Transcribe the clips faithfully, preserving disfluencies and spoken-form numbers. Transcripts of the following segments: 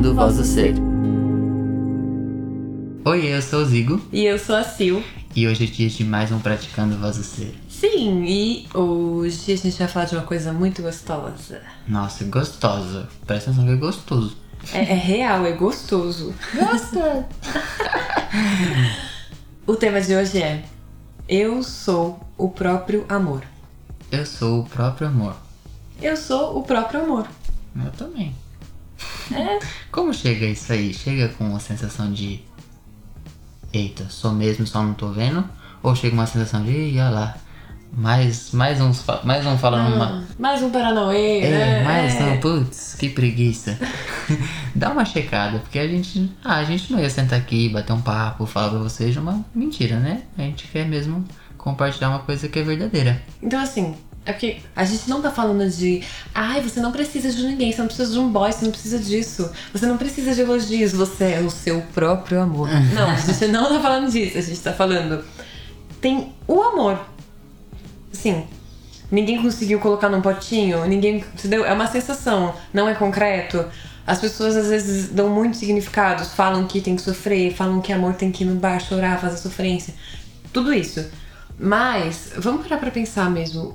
Praticando Voz do Ser. Oi, eu sou o Zigo. E eu sou a Sil. E hoje é dia de mais um Praticando Voz do Ser. Sim, e hoje a gente vai falar de uma coisa muito gostosa. Nossa, gostosa. Presta atenção que é gostoso. É, é real, é gostoso. Gostoso. O tema de hoje é: eu sou o próprio amor. Eu sou o próprio amor. Eu sou o próprio amor. Eu também. É. Como chega isso aí? Chega com uma sensação de eita, sou mesmo, só não tô vendo? Ou chega uma sensação de ih, olha lá, mais, mais, uns, mais um falando ah, uma... Mais um Paranauê, É, né? mais é. um, putz, que preguiça. Dá uma checada, porque a gente, ah, a gente não ia sentar aqui, bater um papo, falar pra vocês uma mentira, né? A gente quer mesmo compartilhar uma coisa que é verdadeira. Então assim, é porque a gente não tá falando de ai, você não precisa de ninguém, você não precisa de um boy, você não precisa disso, você não precisa de elogios, você é o seu próprio amor. Não, a gente não tá falando disso, a gente tá falando tem o amor. Assim, ninguém conseguiu colocar num potinho, ninguém, entendeu? É uma sensação, não é concreto. As pessoas às vezes dão muitos significados, falam que tem que sofrer, falam que amor tem que ir no bar, chorar, fazer sofrência, tudo isso. Mas, vamos parar pra pensar mesmo.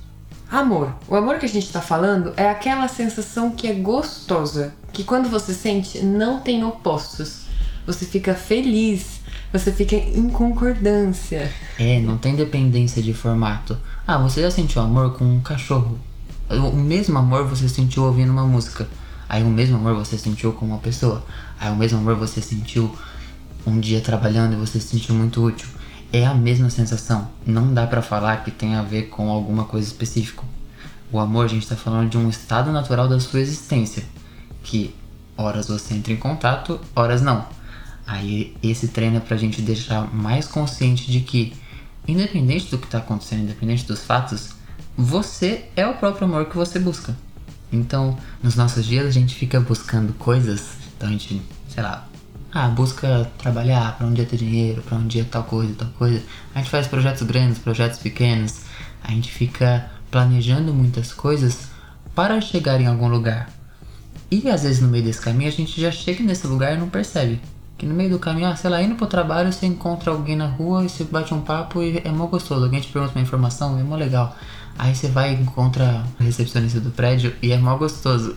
Amor. O amor que a gente tá falando é aquela sensação que é gostosa, que quando você sente, não tem opostos. Você fica feliz, você fica em concordância. É, não tem dependência de formato. Ah, você já sentiu amor com um cachorro. O mesmo amor você sentiu ouvindo uma música. Aí o mesmo amor você sentiu com uma pessoa. Aí o mesmo amor você sentiu um dia trabalhando e você se sentiu muito útil. É a mesma sensação. Não dá pra falar que tem a ver com alguma coisa específica. O amor, a gente tá falando de um estado natural da sua existência. Que horas você entra em contato, horas não. Aí esse treino é pra gente deixar mais consciente de que, independente do que tá acontecendo, independente dos fatos, você é o próprio amor que você busca. Então, nos nossos dias a gente fica buscando coisas. Então a gente, sei lá, Ah, busca trabalhar pra um dia ter dinheiro, pra um dia tal coisa, tal coisa. A gente faz projetos grandes, projetos pequenos. A gente fica planejando muitas coisas para chegar em algum lugar. E às vezes no meio desse caminho a gente já chega nesse lugar e não percebe. Que no meio do caminho, ah, sei lá, indo pro trabalho, você encontra alguém na rua e você bate um papo e é mó gostoso. Alguém te pergunta uma informação, é mó legal. Aí você vai e encontra o recepcionista do prédio e é mó gostoso.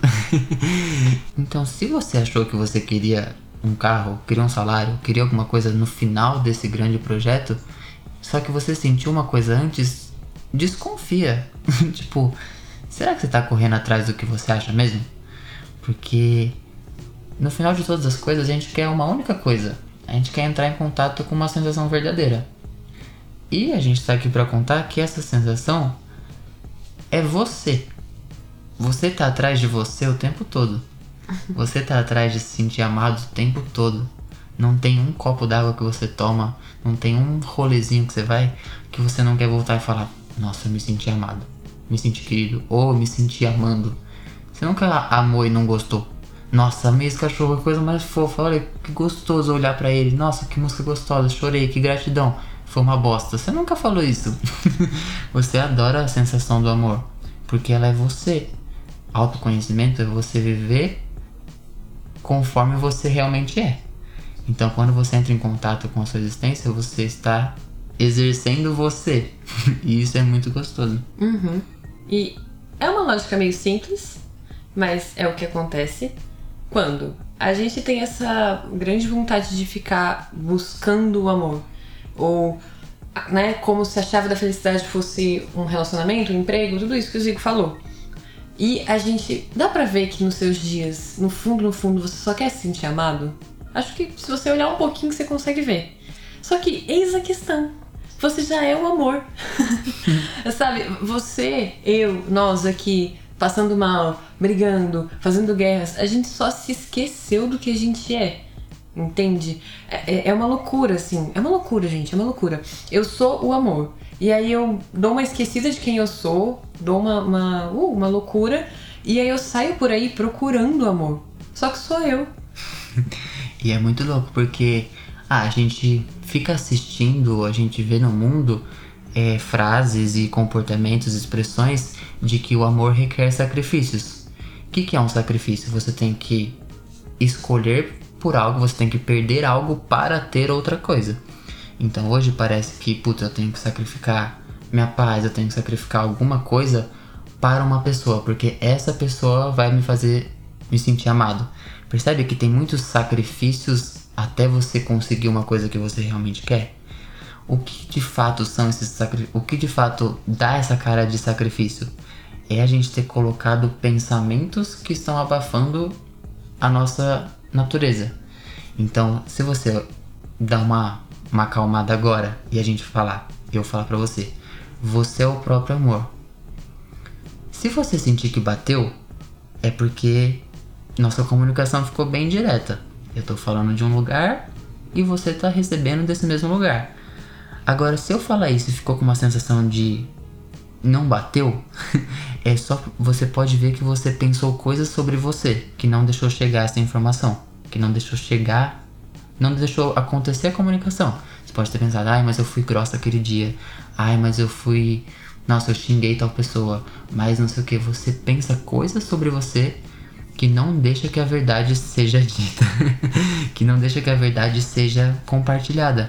Então se você achou que você queria um carro, queria um salário, queria alguma coisa no final desse grande projeto, só que você sentiu uma coisa antes, desconfia. Tipo, será que você tá correndo atrás do que você acha mesmo? Porque no final de todas as coisas a gente quer uma única coisa. A gente quer entrar em contato com uma sensação verdadeira. E a gente tá aqui pra contar que essa sensação é você. Você tá atrás de você o tempo todo. Você tá atrás de se sentir amado o tempo todo. Não tem um copo d'água que você toma, não tem um rolezinho que você vai que você não quer voltar e falar: nossa, eu me senti amado, me senti querido, ou me senti amando. Você nunca amou e não gostou. Nossa, amei esse cachorro, que coisa mais fofa, olha que gostoso olhar pra ele. Nossa, que música gostosa, chorei, que gratidão. Foi uma bosta. Você nunca falou isso. Você adora a sensação do amor, porque ela é você. Autoconhecimento é você viver conforme você realmente é. Então quando você entra em contato com a sua existência, você está exercendo você. E isso é muito gostoso. Uhum. E é uma lógica meio simples, mas é o que acontece quando a gente tem essa grande vontade de ficar buscando o amor. Ou, né, como se a chave da felicidade fosse um relacionamento, um emprego, tudo isso que o Zico falou. E a gente, dá pra ver que nos seus dias, no fundo, no fundo, você só quer se sentir amado? Acho que se você olhar um pouquinho você consegue ver. Só que eis a questão, você já é o amor. Sabe, você, eu, nós aqui, passando mal, brigando, fazendo guerras, a gente só se esqueceu do que a gente é. Entende? É, é uma loucura, assim. É uma loucura, gente, é uma loucura. Eu sou o amor. E aí eu dou uma esquecida de quem eu sou, dou uma, uma, uh, uma loucura, e aí eu saio por aí procurando amor. Só que sou eu. E é muito louco, porque ah, a gente fica assistindo, a gente vê no mundo é, frases e comportamentos, expressões de que o amor requer sacrifícios. O que, que é um sacrifício? Você tem que escolher por algo, você tem que perder algo para ter outra coisa. Então hoje parece que, puta, eu tenho que sacrificar minha paz, eu tenho que sacrificar alguma coisa para uma pessoa, porque essa pessoa vai me fazer me sentir amado. Percebe que tem muitos sacrifícios até você conseguir uma coisa que você realmente quer? O que de fato são esses sacrifícios? O que de fato dá essa cara de sacrifício? É a gente ter colocado pensamentos que estão abafando a nossa natureza. Então, se você dá uma, uma acalmada agora e a gente falar, eu falar pra você, você é o próprio amor. Se você sentir que bateu, é porque nossa comunicação ficou bem direta. Eu tô falando de um lugar e você tá recebendo desse mesmo lugar. Agora, se eu falar isso e ficou com uma sensação de não bateu, é só você pode ver que você pensou coisas sobre você que não deixou chegar essa informação, que não deixou chegar, não deixou acontecer a comunicação. Você pode ter pensado, ai, mas eu fui grossa aquele dia, ai, mas eu fui, nossa, eu xinguei tal pessoa, mas não sei o que. Você pensa coisas sobre você que não deixa que a verdade seja dita, que não deixa que a verdade seja compartilhada.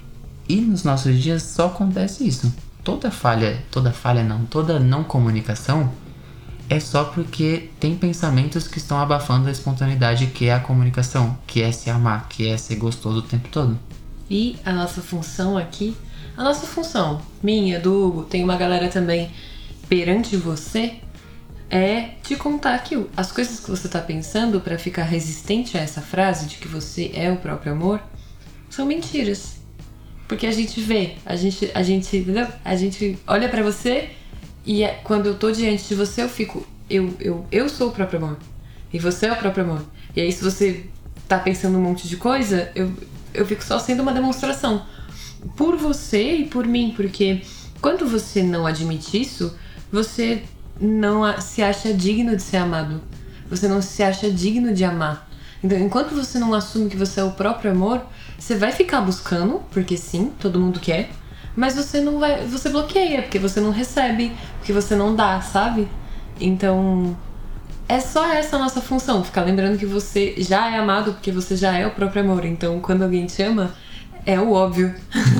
E nos nossos dias só acontece isso. Toda falha, toda falha não, toda não comunicação é só porque tem pensamentos que estão abafando a espontaneidade que é a comunicação, que é se amar, que é ser gostoso o tempo todo. E a nossa função aqui, a nossa função, minha, do Hugo, tem uma galera também perante você, é te contar que as coisas que você tá pensando pra ficar resistente a essa frase de que você é o próprio amor são mentiras. Porque a gente vê, a gente, a gente, entendeu? A gente olha pra você e é, quando eu tô diante de você eu fico, eu, eu, eu sou o próprio amor e você é o próprio amor. E aí se você tá pensando um monte de coisa, eu, eu fico só sendo uma demonstração por você e por mim, porque quando você não admite isso, você não se acha digno de ser amado, você não se acha digno de amar. Então, enquanto você não assume que você é o próprio amor, você vai ficar buscando, porque sim, todo mundo quer, mas você não vai, você bloqueia, porque você não recebe, porque você não dá, sabe? Então, é só essa a nossa função, ficar lembrando que você já é amado, porque você já é o próprio amor. Então, quando alguém te ama, é o óbvio.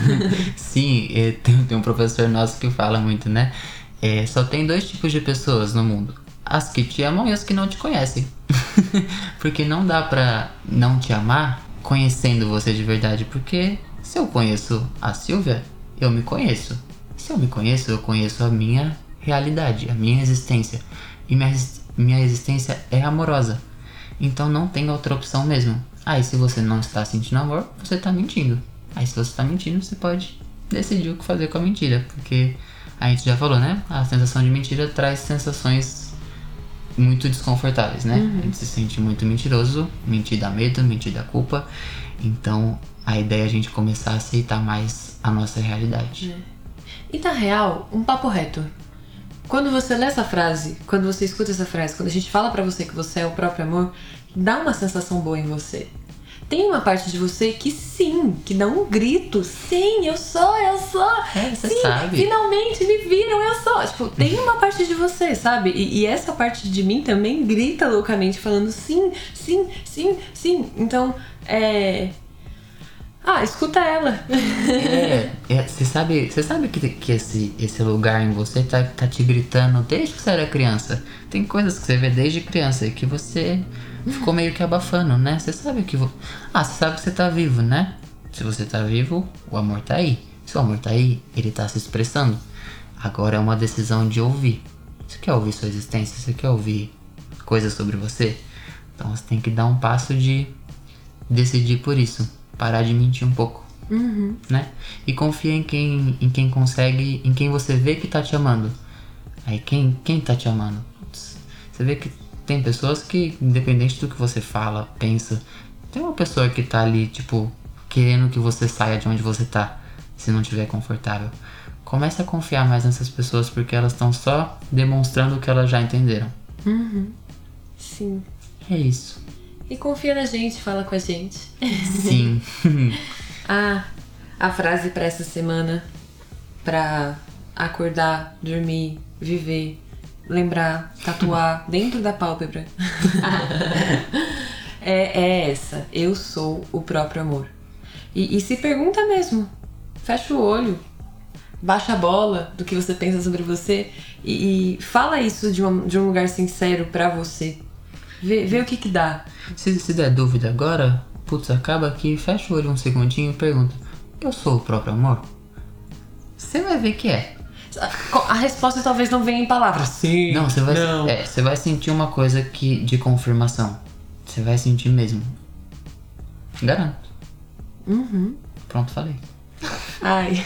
Sim, tem, tem um professor nosso que fala muito, né? É, só tem dois tipos de pessoas no mundo: as que te amam e as que não te conhecem. Porque não dá pra não te amar conhecendo você de verdade. Porque se eu conheço a Silvia, eu me conheço. Se eu me conheço, eu conheço a minha realidade, a minha existência. E minha, minha existência é amorosa. Então não tem outra opção mesmo. Aí se você não está sentindo amor, você tá mentindo. Aí se você tá mentindo, você pode decidir o que fazer com a mentira. Porque a gente já falou, né? A sensação de mentira traz sensações muito desconfortáveis, né? Uhum. A gente se sente muito mentiroso, mentir dá medo, mentir dá culpa. Então a ideia é a gente começar a aceitar mais a nossa realidade. É. E na real, um papo reto. Quando você lê essa frase, quando você escuta essa frase, quando a gente fala pra você que você é o próprio amor, dá uma sensação boa em você. Tem uma parte de você que sim, que dá um grito. Sim, eu sou, eu sou. É, você sim, sabe. Finalmente me viram, eu sou. Tipo, tem uma parte de você, sabe? E, e essa parte de mim também grita loucamente, falando sim, sim, sim, sim. Então, é... Ah, escuta ela. É, você sabe, você sabe que, que esse, esse lugar em você tá, tá te gritando desde que você era criança. Tem coisas que você vê desde criança e que você ficou meio que abafando, né? Você sabe que... Vo... Ah, você sabe que você tá vivo, né? Se você tá vivo, o amor tá aí. Se o amor tá aí, ele tá se expressando. Agora é uma decisão de ouvir. Você quer ouvir sua existência? Você quer ouvir coisas sobre você? Então você tem que dar um passo de decidir por isso. Parar de mentir um pouco, uhum. né? E confia em quem, em quem consegue, em quem você vê que tá te amando. Aí quem, quem tá te amando? Putz, você vê que tem pessoas que, independente do que você fala, pensa, tem uma pessoa que tá ali, tipo, querendo que você saia de onde você tá, se não estiver confortável. Comece a confiar mais nessas pessoas, porque elas estão só demonstrando o que elas já entenderam. Uhum. Sim. É isso. E confia na gente, fala com a gente. Sim. Ah, a frase pra essa semana, pra acordar, dormir, viver, lembrar, tatuar dentro da pálpebra. é, é essa. Eu sou o próprio amor. E, e se pergunta mesmo. Fecha o olho. Baixa a bola do que você pensa sobre você. E, e fala isso de, uma, de um lugar sincero pra você. Vê, vê o que que dá. Se, se der dúvida agora, putz, acaba aqui, fecha o olho um segundinho e pergunta: eu sou o próprio amor? Você vai ver que é. A resposta talvez não venha em palavras. Sim. Não, você vai, não. É, você vai sentir uma coisa que, de confirmação. Você vai sentir mesmo. Garanto. Uhum. Pronto, falei. Ai.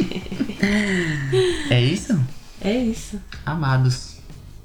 É isso? É isso. Amados.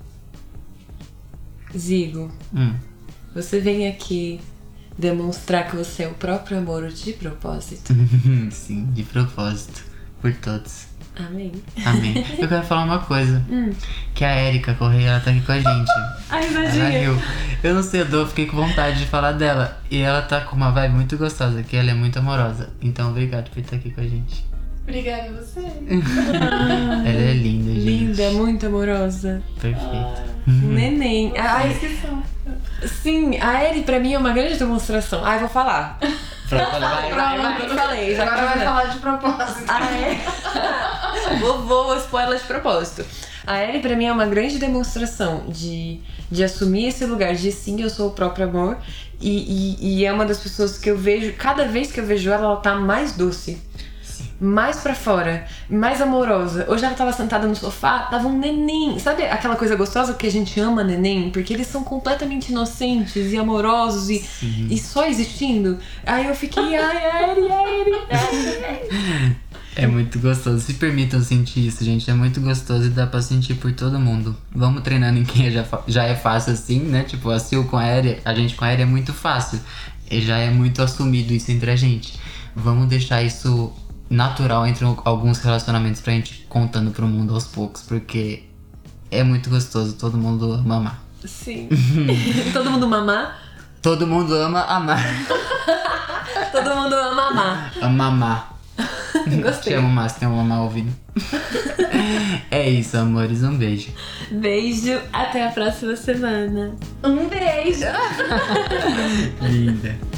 Zigo, Hum. você vem aqui demonstrar que você é o próprio amor de propósito. Sim, de propósito. Por todos. Amém. Amém. Eu quero falar uma coisa. Hum. Que a Erika Correia, ela tá aqui com a gente. Ai, Ela imagina. riu. Eu não sei, eu dou- fiquei com vontade de falar dela. E ela tá com uma vibe muito gostosa, que ela é muito amorosa. Então, obrigado por estar aqui com a gente. Obrigada a você. Ela é linda, gente. Linda, muito amorosa. Perfeita. Neném. Ai, que são. sim, a Eri pra mim é uma grande demonstração. Ai, vou falar. Pronto, vai, Vai, vai, vai, falei. Já Agora vai que- falar de propósito. Ah, é? vou, vou spoiler de propósito. A Ellie pra mim é uma grande demonstração de, de assumir esse lugar de sim, eu sou o próprio amor. E, e, e é uma das pessoas que eu vejo, cada vez que eu vejo ela, ela tá mais doce. Mais pra fora, mais amorosa. Hoje ela tava sentada no sofá, tava um neném. Sabe aquela coisa gostosa que a gente ama neném? Porque eles são completamente inocentes e amorosos e, e só existindo. Aí eu fiquei, ai, Eri, Eri, Eri. É muito gostoso. Se permitam sentir isso, gente. É muito gostoso e dá pra sentir por todo mundo. Vamos treinando em quem já, fa- já é fácil assim, né? Tipo, a Sil com a Eri, a gente com a Eri é muito fácil. E já é muito assumido isso entre a gente. Vamos deixar isso natural entre alguns relacionamentos pra gente contando pro mundo aos poucos. Porque é muito gostoso. Todo mundo ama amar. Sim. Todo mundo mamar? Todo mundo ama amar. Todo mundo ama amar. Ama amar. Gostei. Te amo mais, tem uma mamar ouvindo. É isso, amores. Um beijo. Beijo, até a próxima semana. Um beijo. Linda.